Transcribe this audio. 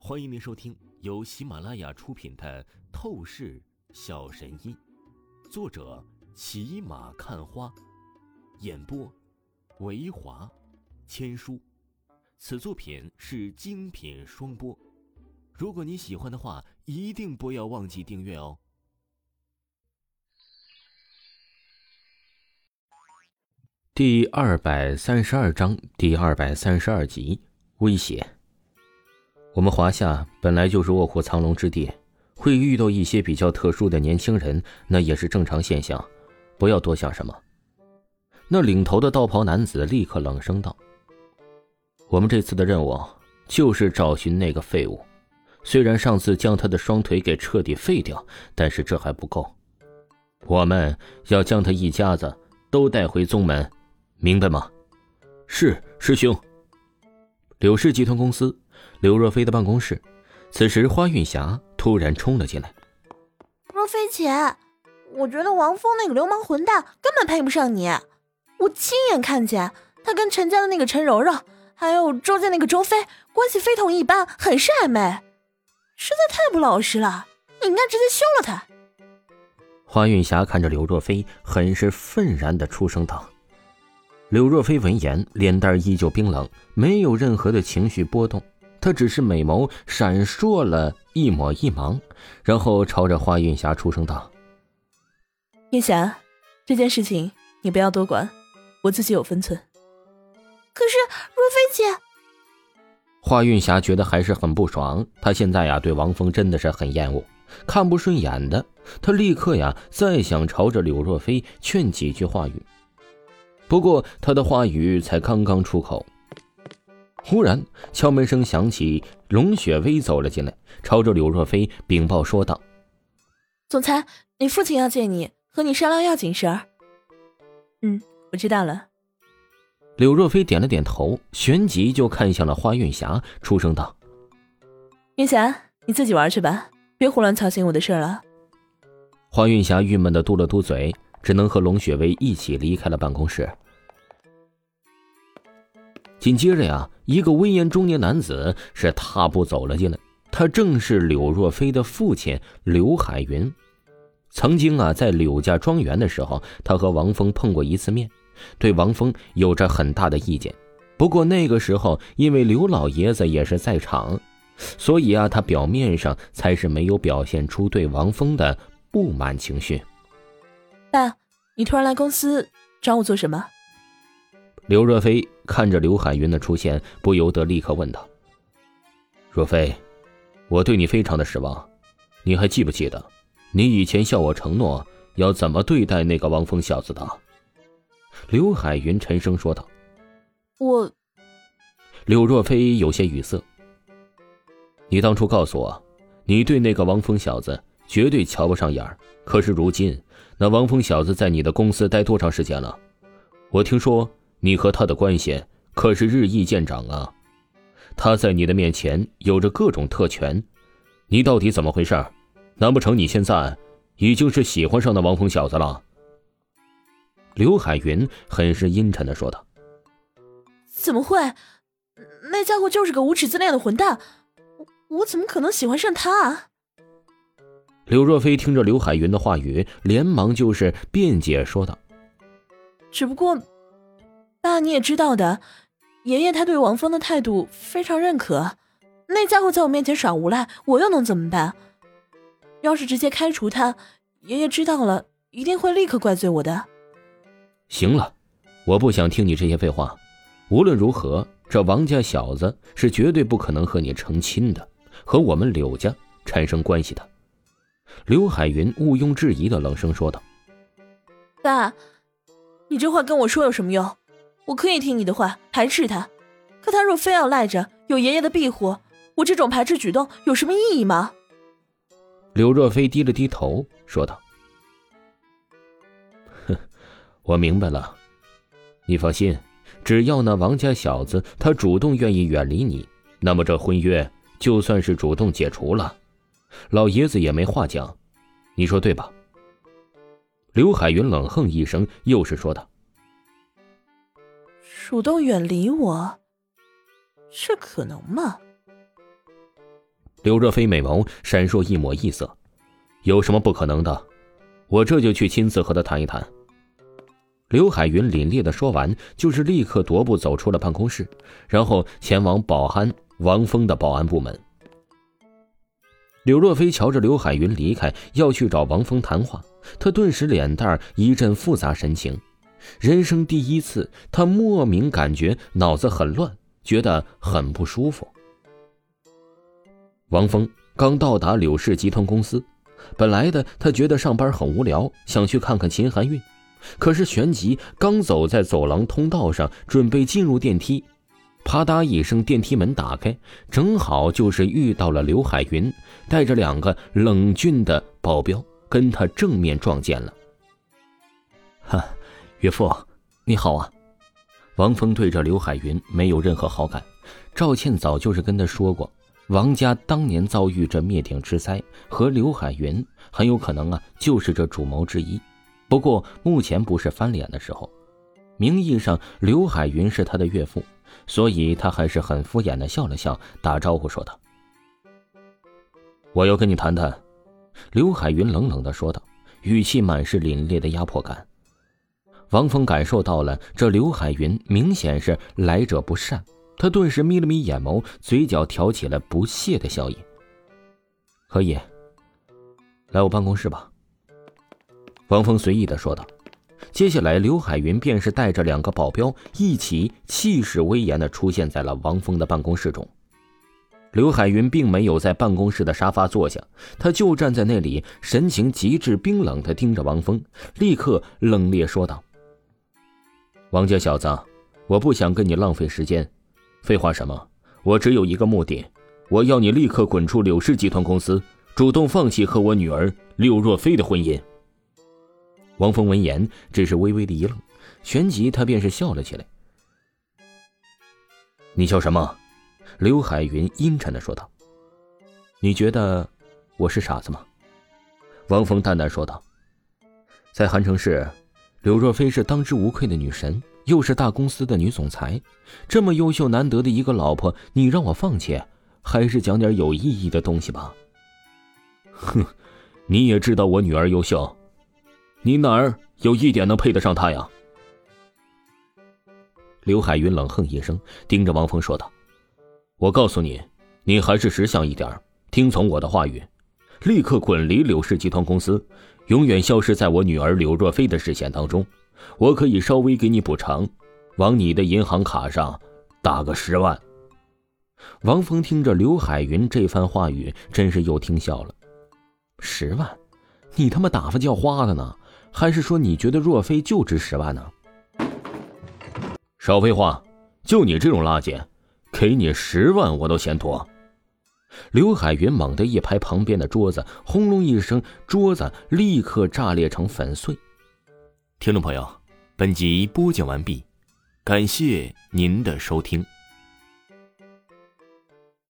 欢迎您收听由喜马拉雅出品的《透视小神医》，作者骑马看花，演播维华千书。此作品是精品双播。如果你喜欢的话，一定不要忘记订阅哦。第232章第232集，威胁。我们华夏本来就是卧虎藏龙之地，会遇到一些比较特殊的年轻人，那也是正常现象，不要多想什么。那领头的道袍男子立刻冷声道：我们这次的任务就是找寻那个废物，虽然上次将他的双腿给彻底废掉，但是这还不够，我们要将他一家子都带回宗门，明白吗？是，师兄。柳氏集团公司刘若飞的办公室，此时花韵霞突然冲了进来。 若飞姐，我觉得王峰那个流氓混蛋根本配不上你，我亲眼看见他跟陈家的那个陈柔柔还有周家那个周飞关系非同一般，很是暧昧，实在太不老实了，你应该直接休了他。 花韵霞看着柳若飞，很是愤然地出声道。柳若飞闻言，脸蛋依旧冰冷，没有任何的情绪波动，他只是美眸闪烁了一抹一芒，然后朝着花韵霞出声道： 韵霞，这件事情你不要多管，我自己有分寸。可是若飞姐…… 花韵霞觉得还是很不爽，她现在对王峰真的是很厌恶，看不顺眼的，她立刻再想朝着柳若飞劝几句话语。不过他的话语才刚刚出口，忽然敲门声响起，龙雪薇走了进来，朝着柳若飞禀报说道： 总裁，你父亲要见你，和你商量要紧事儿。我知道了。 柳若飞点了点头，旋即就看向了花韵霞，出声道： 韵霞，你自己玩去吧，别胡乱操心我的事儿了。 花韵霞郁闷地嘟了嘟嘴，只能和龙雪薇一起离开了办公室。紧接着一个威严中年男子是踏步走了进来，他正是柳若飞的父亲柳海云。曾经在柳家庄园的时候，他和王峰碰过一次面，对王峰有着很大的意见。不过那个时候因为刘老爷子也是在场，所以他表面上才是没有表现出对王峰的不满情绪。 爸，你突然来公司找我做什么？ 刘若飞看着刘海云的出现，不由得立刻问道：若飞，我对你非常的失望，你还记不记得你以前向我承诺要怎么对待那个王峰小子的？刘海云沉声说道。刘若飞有些语塞。你当初告诉我，你对那个王峰小子绝对瞧不上眼儿，可是如今那王峰小子在你的公司待多长时间了？我听说你和他的关系可是日益见长啊！他在你的面前有着各种特权，你到底怎么回事？难不成你现在已经是喜欢上那王峰小子了？刘海云很是阴沉地说道。 怎么会？那家伙就是个无耻自恋的混蛋，我怎么可能喜欢上他啊？ 柳若飞听着刘海云的话语，连忙就是辩解说道： 只不过爸，你也知道的，爷爷他对王峰的态度非常认可，那家伙在我面前耍无赖，我又能怎么办？要是直接开除他，爷爷知道了一定会立刻怪罪我的。 行了，我不想听你这些废话，无论如何这王家小子是绝对不可能和你成亲的，和我们柳家产生关系的。刘海云毋庸置疑的冷声说道。 爸，你这话跟我说有什么用？我可以听你的话排斥他，可他若非要赖着有爷爷的庇护，我这种排斥举动有什么意义吗？ 柳若飞低了低头说道：我明白了，你放心，只要那王家小子他主动愿意远离你，那么这婚约就算是主动解除了，老爷子也没话讲，你说对吧？刘海云冷哼一声，又是说道： 主动远离我，这可能吗？ 柳若飞美眸闪烁一抹异色，有什么不可能的？我这就去亲自和他谈一谈。刘海云凛冽地说完，就是立刻踱步走出了办公室，然后前往保安王峰的保安部门。柳若飞瞧着刘海云离开，要去找王峰谈话，他顿时脸蛋一阵复杂神情。人生第一次，他莫名感觉脑子很乱，觉得很不舒服。王峰刚到达柳氏集团公司，本来的他觉得上班很无聊，想去看看秦含韵。可是旋即刚走在走廊通道上，准备进入电梯，啪嗒一声，电梯门打开，正好就是遇到了刘海云带着2个冷峻的保镖跟他正面撞见了。 哈，岳父你好啊。 王峰对着刘海云没有任何好感，赵倩早就是跟他说过，王家当年遭遇这灭顶之灾，和刘海云很有可能就是这主谋之一。不过目前不是翻脸的时候，名义上刘海云是他的岳父，所以他还是很敷衍的笑了笑，打招呼说道：我要跟你谈谈。刘海云冷冷地说道，语气满是凛冽的压迫感。王峰感受到了这刘海云明显是来者不善，他顿时眯了眯眼眸，嘴角挑起了不屑的笑意。可以，来我办公室吧。王峰随意地说道。接下来刘海云便是带着2个保镖一起气势威严地出现在了王峰的办公室中。刘海云并没有在办公室的沙发坐下，他就站在那里，神情极致冰冷地盯着王峰，立刻冷冽说道：王家小子，我不想跟你浪费时间，废话什么，我只有一个目的，我要你立刻滚出柳氏集团公司，主动放弃和我女儿柳若飞的婚姻。王峰闻言只是微微的一愣，旋即他便是笑了起来。你笑什么？刘海云阴沉地说道。你觉得我是傻子吗？王峰淡淡说道。在韩城市，柳若飞是当之无愧的女神，又是大公司的女总裁，这么优秀难得的一个老婆，你让我放弃，还是讲点有意义的东西吧。哼，你也知道我女儿优秀，你哪儿有一点能配得上她呀？刘海云冷哼一声，盯着王峰说道：我告诉你，你还是识相一点，听从我的话语，立刻滚离柳氏集团公司，永远消失在我女儿柳若飞的视线当中。我可以稍微给你补偿，往你的银行卡上打个10万。王峰听着刘海云这番话语，真是又听笑了。10万？你他妈打发叫花的呢？还是说你觉得若飞就值10万呢？少废话，就你这种垃圾，给你10万我都嫌多。刘海云猛地一拍旁边的桌子，轰隆一声，桌子立刻炸裂成粉碎。 听众朋友，本集播讲完毕，感谢您的收听。